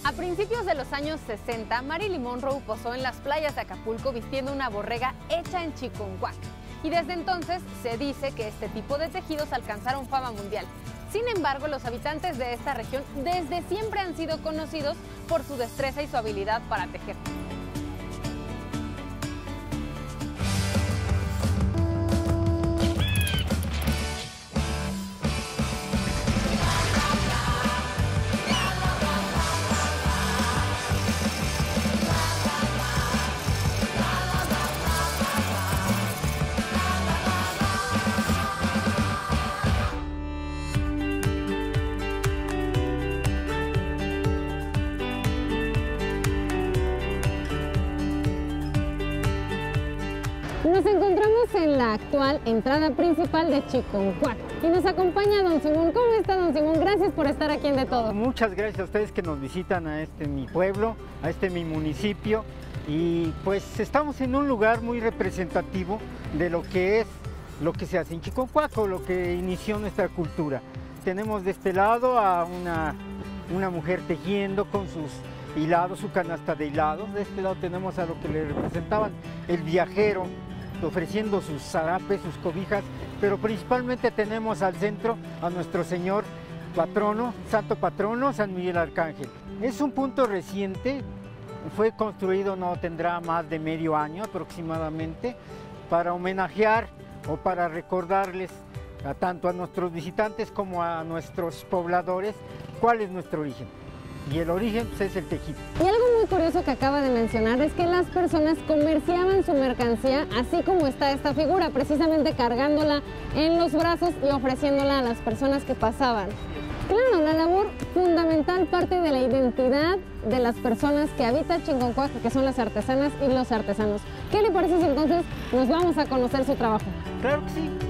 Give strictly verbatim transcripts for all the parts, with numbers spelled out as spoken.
A principios de los años sesenta, Marilyn Monroe posó en las playas de Acapulco vistiendo una borrega hecha en Chiconcuac. Y desde entonces se dice que este tipo de tejidos alcanzaron fama mundial. Sin embargo, los habitantes de esta región desde siempre han sido conocidos por su destreza y su habilidad para tejer. Nos encontramos en la actual entrada principal de Chiconcuac y nos acompaña don Simón. ¿Cómo está, don Simón? Gracias por estar aquí en De Todo. Muchas gracias a ustedes que nos visitan a este mi pueblo, a este mi municipio, y pues estamos en un lugar muy representativo de lo que es lo que se hace en Chiconcuac, o lo que inició nuestra cultura. Tenemos de este lado a una, una mujer tejiendo con sus hilados, su canasta de hilados. De este lado tenemos a lo que le representaban el viajero, ofreciendo sus zarapes, sus cobijas, pero principalmente tenemos al centro a nuestro señor patrono, santo patrono, San Miguel Arcángel. Es un punto reciente, fue construido, no tendrá más de medio año aproximadamente, para homenajear o para recordarles a tanto a nuestros visitantes como a nuestros pobladores cuál es nuestro origen. Y el origen pues, es el tejido. Y algo muy curioso que acaba de mencionar es que las personas comerciaban su mercancía así como está esta figura, precisamente cargándola en los brazos y ofreciéndola a las personas que pasaban. Claro, la labor fundamental parte de la identidad de las personas que habitan Chiconcuac, que son las artesanas y los artesanos. ¿Qué le parece si entonces nos vamos a conocer su trabajo? Claro que sí.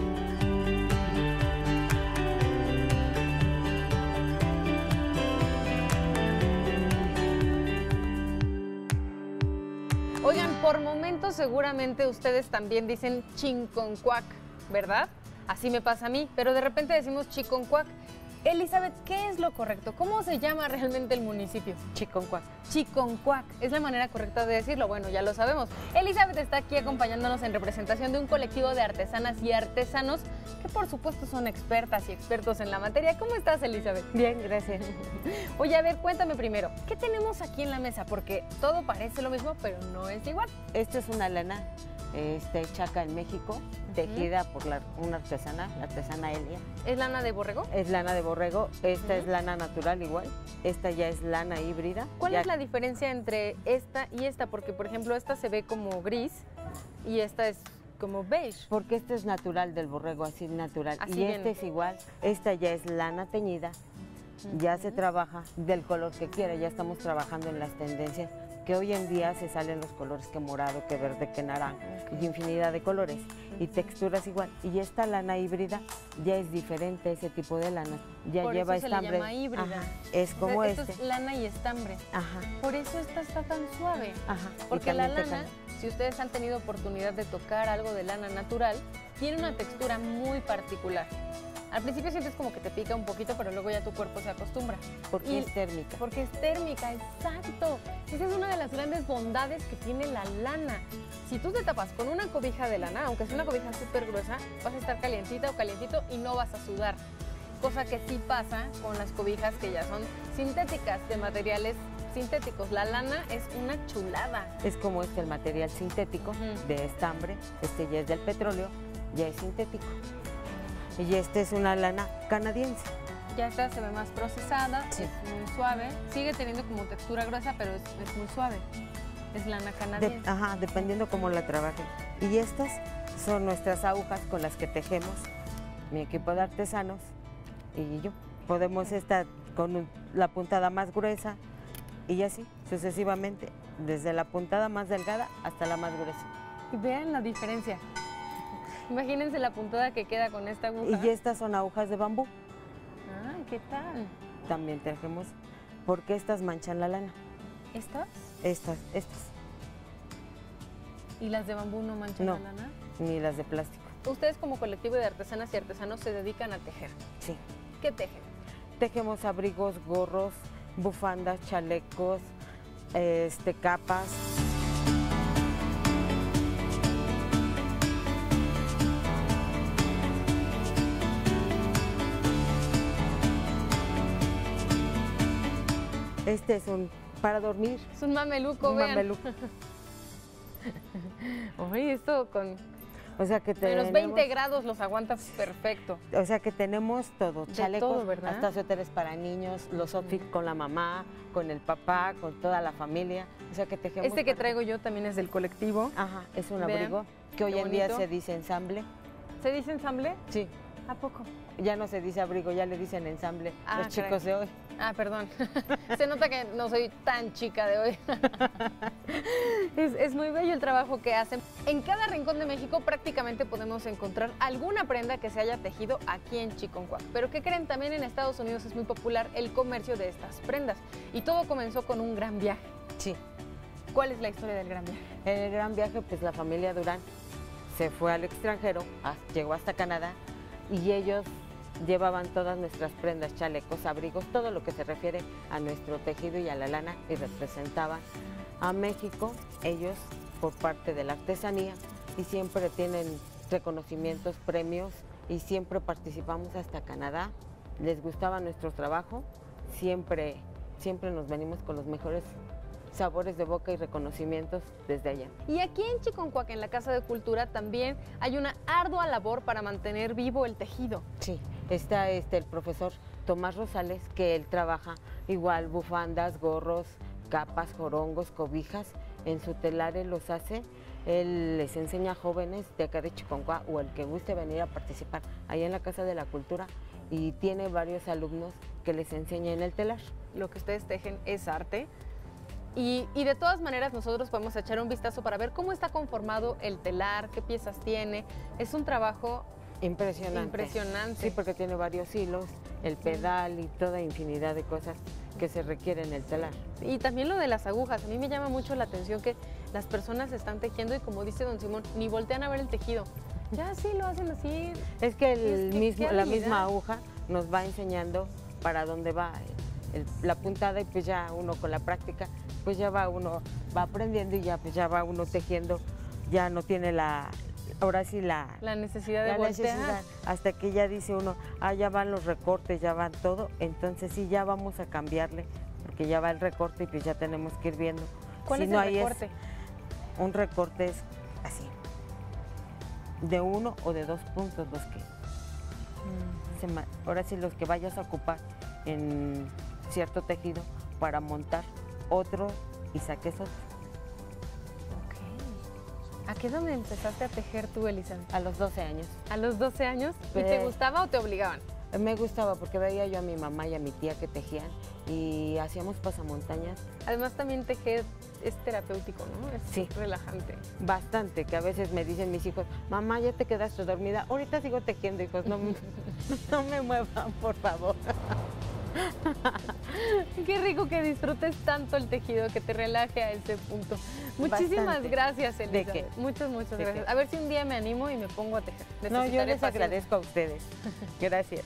Oigan, por momentos seguramente ustedes también dicen Chiconcuac, ¿verdad? Así me pasa a mí, pero de repente decimos Chiconcuac. Elizabeth, ¿qué es lo correcto? ¿Cómo se llama realmente el municipio? Chiconcuac. Chiconcuac, es la manera correcta de decirlo, bueno, ya lo sabemos. Elizabeth está aquí acompañándonos en representación de un colectivo de artesanas y artesanos que por supuesto son expertas y expertos en la materia. ¿Cómo estás, Elizabeth? Bien, gracias. Oye, a ver, cuéntame primero, ¿qué tenemos aquí en la mesa? Porque todo parece lo mismo, pero no es igual. Esta es una lana este, hecha acá en México, tejida por la, una artesana, la artesana Elia. ¿Es lana de borrego? Es lana de borrego, esta uh-huh. es lana natural igual, esta ya es lana híbrida. ¿Cuál ya... es la diferencia entre esta y esta? Porque, por ejemplo, esta se ve como gris y esta es como beige. Porque este es natural del borrego, así natural. Así y viene. este es igual, esta ya es lana teñida, uh-huh. ya se trabaja del color que quiera, ya estamos trabajando en las tendencias que hoy en día se salen los colores que morado, que verde, que naranja, okay. y infinidad de colores y texturas igual. Y esta lana híbrida ya es diferente, ese tipo de lana. Ya Por lleva eso estambre. Se le llama híbrida. Ajá, es como o sea, este. Esto es lana y estambre. Ajá. Por eso esta está tan suave. Ajá. Porque la lana, si ustedes han tenido oportunidad de tocar algo de lana natural, tiene una textura muy particular. Al principio sientes como que te pica un poquito, pero luego ya tu cuerpo se acostumbra. Porque y es térmica. Porque es térmica, exacto. Esa es una de las grandes bondades que tiene la lana. Si tú te tapas con una cobija de lana, aunque sea una cobija súper gruesa, vas a estar calientita o calientito y no vas a sudar. Cosa que sí pasa con las cobijas que ya son sintéticas, de materiales sintéticos. La lana es una chulada. Es como este, el material sintético uh-huh. de estambre. Este ya es del petróleo, ya es sintético. Y esta es una lana canadiense. Ya esta se ve más procesada, sí. es muy suave. Sigue teniendo como textura gruesa, pero es, es muy suave. Es lana canadiense. De, ajá, dependiendo cómo la trabajen. Y estas son nuestras agujas con las que tejemos. Mi equipo de artesanos y yo. Podemos estar con un, la puntada más gruesa y así, sucesivamente, desde la puntada más delgada hasta la más gruesa. Y vean la diferencia. Imagínense la puntada que queda con esta aguja. Y estas son agujas de bambú. Ah, ¿qué tal? También tejemos, porque estas manchan la lana. ¿Estas? Estas, estas. ¿Y las de bambú no manchan no, la lana? Ni las de plástico. Ustedes como colectivo de artesanas y artesanos se dedican a tejer. Sí. ¿Qué tejen? Tejemos abrigos, gorros, bufandas, chalecos, este, capas. Este es un para dormir. Es un mameluco, Un vean. mameluco. Oye, esto con O sea que menos tenemos, veinte grados los aguantas perfecto. o sea que tenemos todo, De chalecos, todo, ¿verdad? hasta suéteres para niños, los outfits con la mamá, con el papá, con toda la familia. O sea que tejemos. Este que para- traigo yo también es del colectivo. Ajá, es un Vean, abrigo que hoy qué en día bonito. se dice ensamble. ¿Se dice ensamble? Sí, ¿A poco? ya no se dice abrigo, ya le dicen ensamble Ah, los caray. chicos de hoy. Ah, perdón. Se nota que no soy tan chica de hoy. es, es muy bello el trabajo que hacen. En cada rincón de México prácticamente podemos encontrar alguna prenda que se haya tejido aquí en Chiconcuac. Pero ¿qué creen? También en Estados Unidos es muy popular el comercio de estas prendas. Y todo comenzó con un gran viaje. Sí, ¿Cuál es la historia del gran viaje? en el gran viaje pues la familia Durán se fue al extranjero, a- llegó hasta Canadá y ellos llevaban todas nuestras prendas, chalecos, abrigos, todo lo que se refiere a nuestro tejido y a la lana y representaban a México, ellos por parte de la artesanía y siempre tienen reconocimientos, premios y siempre participamos hasta Canadá. Les gustaba nuestro trabajo, siempre, siempre nos venimos con los mejores sabores de boca y reconocimientos desde allá. Y aquí en Chiconcuac, en la Casa de Cultura, también hay una ardua labor para mantener vivo el tejido. Sí, está este, el profesor Tomás Rosales, que él trabaja igual bufandas, gorros, capas, jorongos, cobijas. En su telar él los hace. Él les enseña a jóvenes de acá de Chiconcuac o el que guste venir a participar ahí en la Casa de la Cultura y tiene varios alumnos que les enseñan el telar. Lo que ustedes tejen es arte. Y, y de todas maneras nosotros podemos echar un vistazo para ver cómo está conformado el telar, qué piezas tiene. Es un trabajo Impresionante. impresionante. Sí, porque tiene varios hilos, el pedal y toda infinidad de cosas que se requieren en el telar. Y también lo de las agujas. A mí me llama mucho la atención que las personas están tejiendo y, como dice don Simón, ni voltean a ver el tejido. Ya sí lo hacen así. Es que, el Es que mismo, qué la habilidad. misma aguja nos va enseñando para dónde va el- la puntada y pues ya uno con la práctica, pues ya va uno, va aprendiendo y ya pues ya va uno tejiendo, ya no tiene la, ahora sí la, La necesidad de la voltear. necesidad, hasta que ya dice uno, ah, ya van los recortes, ya van todo, entonces sí, ya vamos a cambiarle, porque ya va el recorte y pues ya tenemos que ir viendo. ¿Cuál Si es no, el ahí es- recorte? un recorte es así, de uno o de dos puntos los que, se ma- ahora sí los que vayas a ocupar en cierto tejido para montar otro y saques otro. Ok. ¿A qué edad empezaste a tejer tú, Elizabeth? A los doce años. ¿A los doce años? ¿Y te Pues- gustaba o te obligaban? Me gustaba porque veía yo a mi mamá y a mi tía que tejían y hacíamos pasamontañas Además también tejer es terapéutico, ¿no? Es Sí. relajante. bastante, que a veces me dicen mis hijos, mamá, ya te quedaste dormida, ahorita sigo tejiendo, hijos, no, me- no me muevan, por favor. Qué rico que disfrutes tanto el tejido, que te relaje a ese punto. Muchísimas Bastante. gracias, ¿De Elizabeth. qué? Muchas, muchas ¿De gracias. qué? A ver si un día me animo y me pongo a tejer. No, yo Necesitaré les paciencia. agradezco a ustedes. Gracias.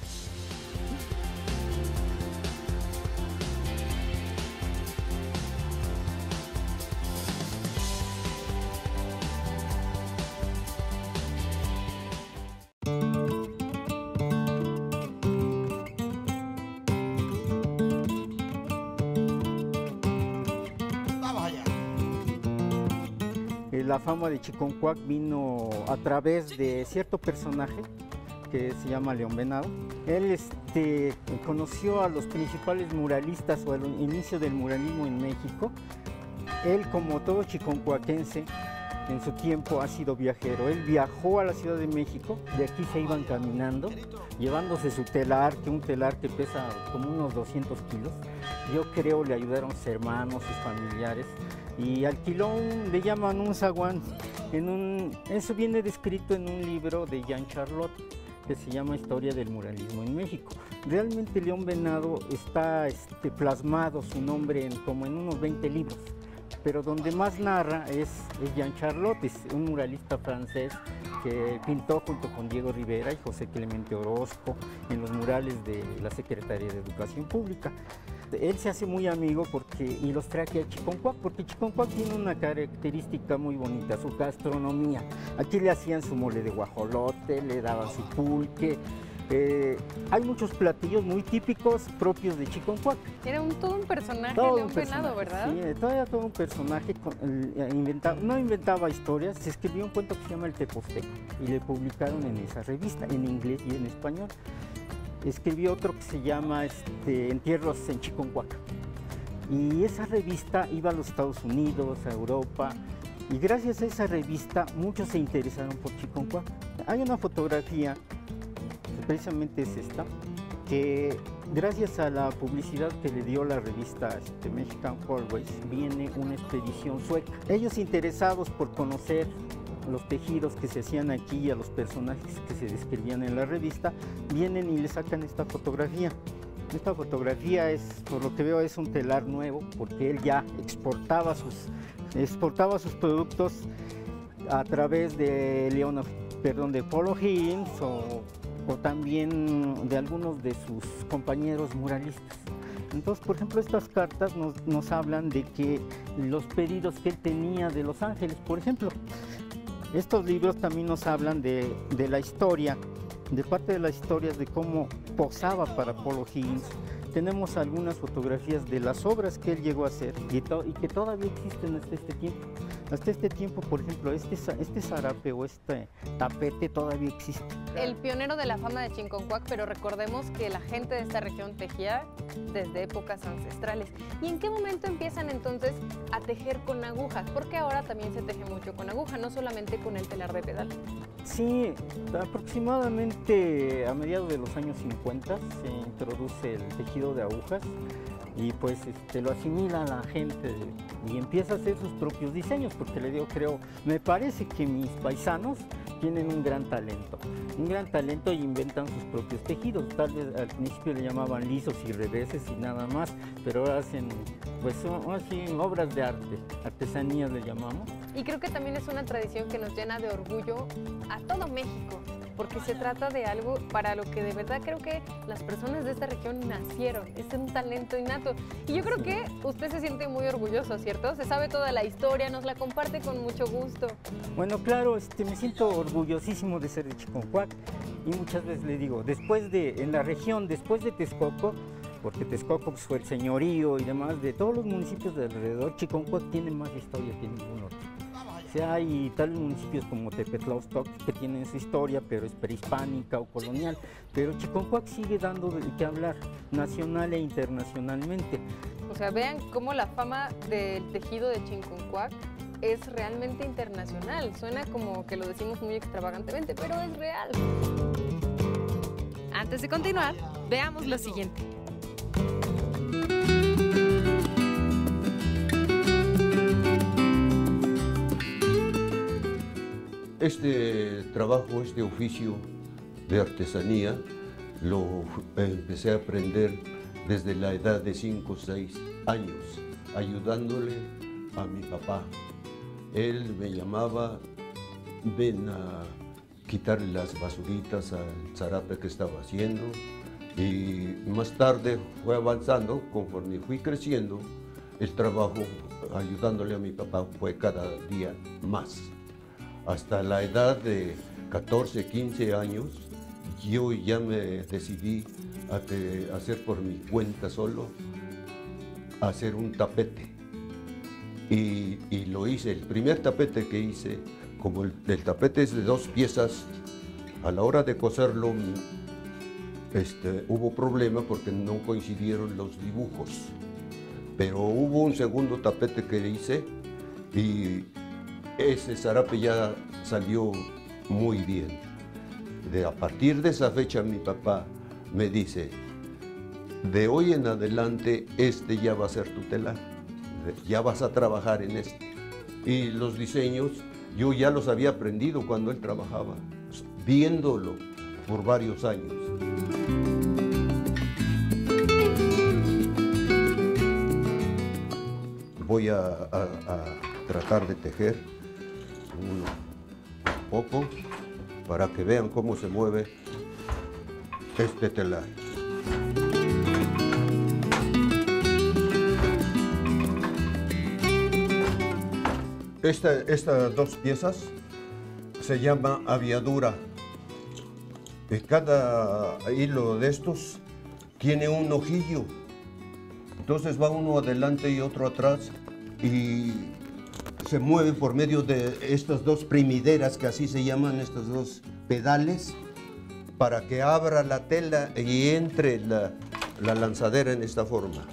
Eh, La fama de Chiconcuac vino a través de cierto personaje que se llama León Venado. Él este, conoció a los principales muralistas o al inicio del muralismo en México. Él, como todo chiconcuaquense, en su tiempo ha sido viajero. Él viajó a la Ciudad de México, de aquí se iban caminando, llevándose su telar, que un telar que pesa como unos doscientos kilos. Yo creo le ayudaron sus hermanos, sus familiares, y alquiló un, le llaman un zaguán. En un, eso viene descrito en un libro de Jean Charlotte, que se llama Historia del Muralismo en México. Realmente León Venado está este, plasmado su nombre en, como en unos veinte libros, pero donde más narra es, es Jean Charlotte, es un muralista francés que pintó junto con Diego Rivera y José Clemente Orozco en los murales de la Secretaría de Educación Pública. Él se hace muy amigo porque, y los trae aquí a Chiconcuac, porque Chiconcuac tiene una característica muy bonita, su gastronomía. Aquí le hacían su mole de guajolote, le daban su pulque. Eh, hay muchos platillos muy típicos propios de Chiconcuac. Era un, todo un personaje Todo de un, un venado, personaje, ¿verdad? Sí, todavía todo un personaje. Con, eh, inventa, no inventaba historias, se escribió un cuento que se llama El Teposteco y le publicaron en esa revista, en inglés y en español. Escribió otro que se llama este, Entierros en Chiconcuac. Y esa revista iba a los Estados Unidos, a Europa, y gracias a esa revista muchos se interesaron por Chiconcuac. Hay una fotografía, que precisamente es esta, que gracias a la publicidad que le dio la revista este, Mexican Folkways, viene una expedición sueca. Ellos interesados por conocer los tejidos que se hacían aquí y a los personajes que se describían en la revista, vienen y le sacan esta fotografía. Esta fotografía es, por lo que veo, es un telar nuevo, porque él ya exportaba sus, exportaba sus productos a través de Leonard, perdón, de Polo Higgins o, o también de algunos de sus compañeros muralistas. Entonces, por ejemplo, estas cartas nos, nos hablan de que los pedidos que él tenía de Los Ángeles, por ejemplo. Estos libros también nos hablan de, de la historia, de parte de las historias de cómo posaba para Polo Higgins. Tenemos algunas fotografías de las obras que él llegó a hacer y, to, y que todavía existen hasta este tiempo. Hasta este tiempo, por ejemplo, este, este zarape o este tapete todavía existe. El pionero de la fama de Chiconcuac, pero recordemos que la gente de esta región tejía desde épocas ancestrales. ¿Y en qué momento empiezan entonces a tejer con agujas? Porque ahora también se teje mucho con aguja, no solamente con el telar de pedal. Sí, aproximadamente a mediados de los años cincuenta se introduce el tejido de agujas y pues este, lo asimila la gente y empieza a hacer sus propios diseños, porque le digo, creo, me parece que mis paisanos tienen un gran talento, un gran talento y inventan sus propios tejidos. Tal vez al principio le llamaban lisos y reveses y nada más, pero ahora hacen pues así obras de arte, artesanías le llamamos. Y creo que también es una tradición que nos llena de orgullo a todo México, porque se trata de algo para lo que de verdad creo que las personas de esta región nacieron, es un talento innato. Y yo creo que usted se siente muy orgulloso, ¿cierto? Se sabe toda la historia, nos la comparte con mucho gusto. Bueno, claro, este, me siento orgullosísimo de ser de Chiconcuac y muchas veces le digo, después de, en la región, después de Texcoco, porque Texcoco pues, fue el señorío y demás, de todos los municipios de alrededor, Chiconcuac tiene más historia que ningún otro. O sea, hay tales municipios como Tepetlaustoc que tienen su historia, pero es prehispánica o colonial, pero Chiconcuac sigue dando de qué hablar, nacional e internacionalmente. O sea, vean cómo la fama del tejido de Chiconcuac es realmente internacional. Suena como que lo decimos muy extravagantemente, pero es real. Antes de continuar, veamos lo siguiente. Este trabajo, este oficio de artesanía, lo empecé a aprender desde la edad de cinco o seis años, ayudándole a mi papá. Él me llamaba, ven a quitarle las basuritas al zarape que estaba haciendo, y más tarde fue avanzando, conforme fui creciendo, el trabajo ayudándole a mi papá fue cada día más. Hasta la edad de catorce, quince años, yo ya me decidí a te, hacer por mi cuenta solo, hacer un tapete. Y, y lo hice, el primer tapete que hice, como el, el tapete es de dos piezas, a la hora de coserlo este, hubo problema porque no coincidieron los dibujos. Pero hubo un segundo tapete que hice y ese zarape ya salió muy bien. De, a partir de esa fecha mi papá me dice, de hoy en adelante este ya va a ser tu telar, ya vas a trabajar en este. Y los diseños yo ya los había aprendido cuando él trabajaba, viéndolo por varios años. Voy a, a, a tratar de tejer un poco para que vean cómo se mueve este telar. esta, estas dos piezas se llama aviadura. Y cada hilo de estos tiene un ojillo. Entonces va uno adelante y otro atrás y se mueve por medio de estas dos primideras, que así se llaman, estos dos pedales, para que abra la tela y entre la, la lanzadera en esta forma.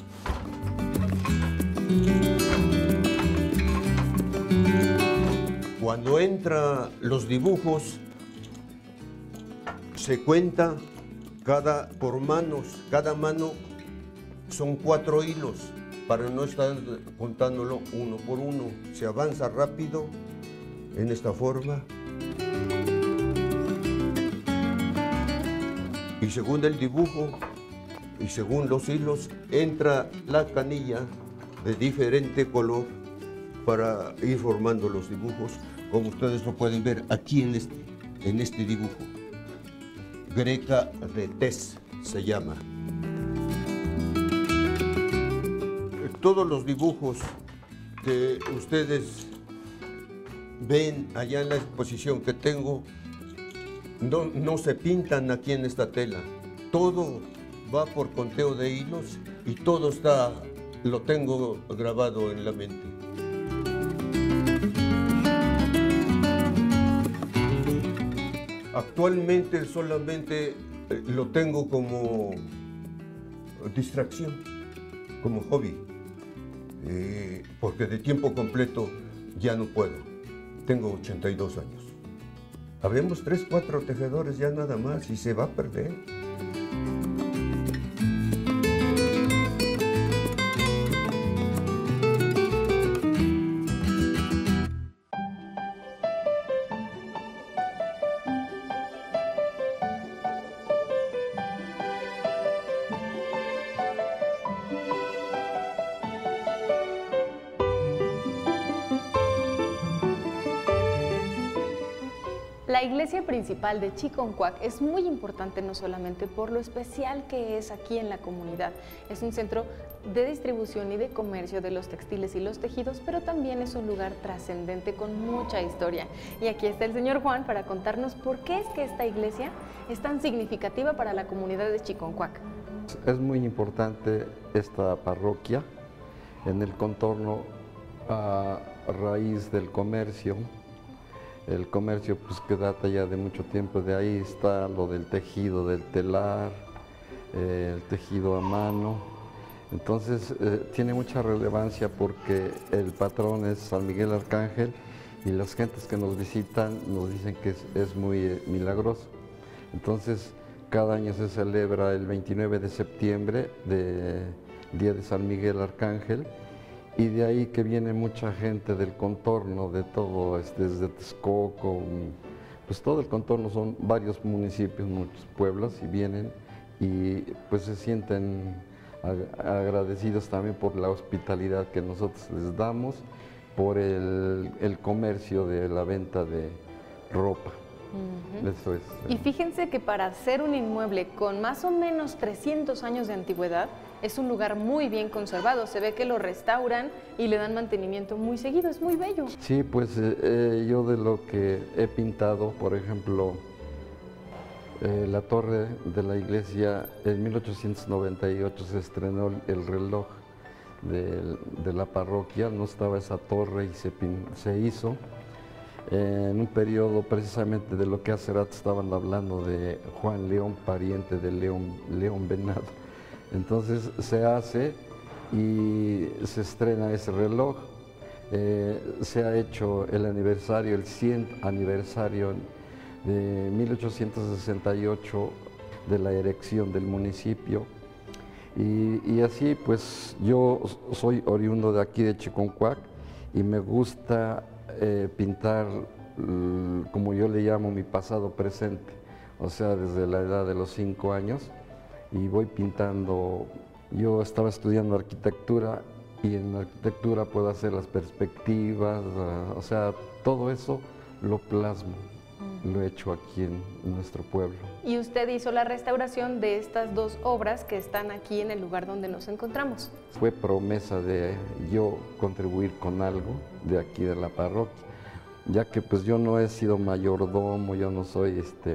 Cuando entran los dibujos, se cuenta cada, por manos, cada mano son cuatro hilos, para no estar contándolo uno por uno. Se avanza rápido en esta forma. Y según el dibujo y según los hilos, entra la canilla de diferente color para ir formando los dibujos, como ustedes lo pueden ver aquí en este, en este dibujo. Greca de Tez se llama. Todos los dibujos que ustedes ven allá en la exposición que tengo, no, no se pintan aquí en esta tela. Todo va por conteo de hilos y todo está, lo tengo grabado en la mente. Actualmente solamente lo tengo como distracción, como hobby, eh, porque de tiempo completo ya no puedo. Tengo ochenta y dos años. Habemos tres, cuatro tejedores ya nada más y se va a perder. La iglesia principal de Chiconcuac es muy importante no solamente por lo especial que es aquí en la comunidad, es un centro de distribución y de comercio de los textiles y los tejidos, pero también es un lugar trascendente con mucha historia. Y aquí está el señor Juan para contarnos por qué es que esta iglesia es tan significativa para la comunidad de Chiconcuac. Es muy importante esta parroquia en el contorno a raíz del comercio. El comercio pues que data ya de mucho tiempo, de ahí está lo del tejido del telar, eh, el tejido a mano. Entonces eh, tiene mucha relevancia porque el patrón es San Miguel Arcángel y las gentes que nos visitan nos dicen que es, es muy eh, milagroso. Entonces cada año se celebra el veintinueve de septiembre, de, Día de San Miguel Arcángel. Y de ahí que viene mucha gente del contorno, de todo, desde Texcoco, pues todo el contorno, son varios municipios, muchos pueblos, y vienen y pues se sienten agradecidos también por la hospitalidad que nosotros les damos, por el, el comercio de la venta de ropa. Uh-huh. Eso es. Y fíjense que para hacer un inmueble con más o menos trescientos años de antigüedad, es un lugar muy bien conservado, se ve que lo restauran y le dan mantenimiento muy seguido, es muy bello. Sí, pues eh, yo de lo que he pintado, por ejemplo, eh, la torre de la iglesia, en mil ochocientos noventa y ocho se estrenó el reloj de, de la parroquia, no estaba esa torre y se, pin, se hizo. En un periodo precisamente de lo que hace rato estaban hablando de Juan León, pariente de León, León Venado. Entonces se hace y se estrena ese reloj. Eh, se ha hecho el aniversario, el cien aniversario de mil ochocientos sesenta y ocho de la erección del municipio. Y, y así pues yo soy oriundo de aquí de Chiconcuac y me gusta eh, pintar, como yo le llamo, mi pasado presente, o sea, desde la edad de los cinco años. Y voy pintando. Yo estaba estudiando arquitectura y en arquitectura puedo hacer las perspectivas, uh, o sea, todo eso lo plasmo. lo he hecho aquí en, en nuestro pueblo. Y usted hizo la restauración de estas dos obras que están aquí en el lugar donde nos encontramos. Fue promesa de yo contribuir con algo de aquí de la parroquia, ya que pues yo no he sido mayordomo, yo no soy este,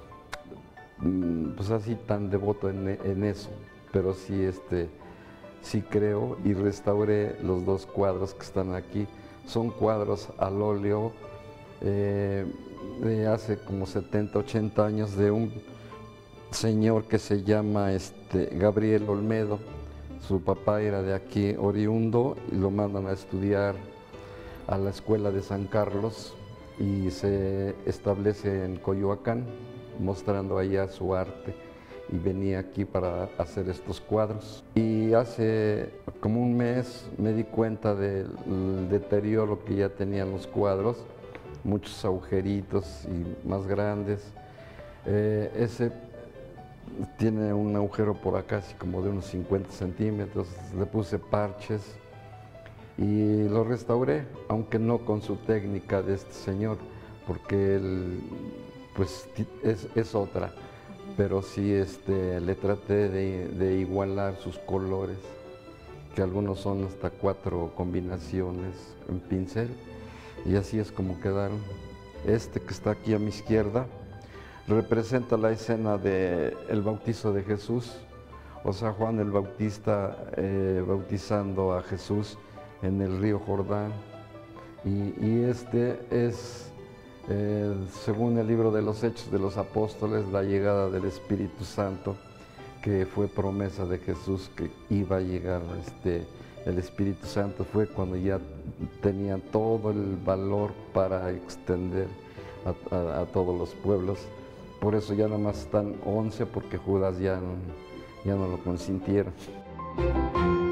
pues así tan devoto en, en eso, pero sí, este, sí creo y restauré los dos cuadros que están aquí. Son cuadros al óleo eh, de hace como setenta, ochenta años de un señor que se llama este, Gabriel Olmedo. Su papá era de aquí oriundo y lo mandan a estudiar a la escuela de San Carlos y se establece en Coyoacán, mostrando allá su arte, y venía aquí para hacer estos cuadros. Y hace como un mes me di cuenta del deterioro que ya tenían los cuadros, muchos agujeritos y más grandes. Eh, ese tiene un agujero por acá, así como de unos cincuenta centímetros, le puse parches y lo restauré, aunque no con su técnica de este señor, porque él pues es, es otra, pero sí este, le traté de, de igualar sus colores, que algunos son hasta cuatro combinaciones en pincel, y así es como quedaron. Este que está aquí a mi izquierda representa la escena del bautizo de Jesús, o sea, Juan el Bautista eh, bautizando a Jesús en el río Jordán, y, y este es, eh, según el libro de los Hechos de los Apóstoles, la llegada del Espíritu Santo, que fue promesa de Jesús que iba a llegar este, el Espíritu Santo. Fue cuando ya tenían todo el valor para extender a, a, a todos los pueblos. Por eso ya nada más están once, porque Judas ya no, ya no lo consintieron.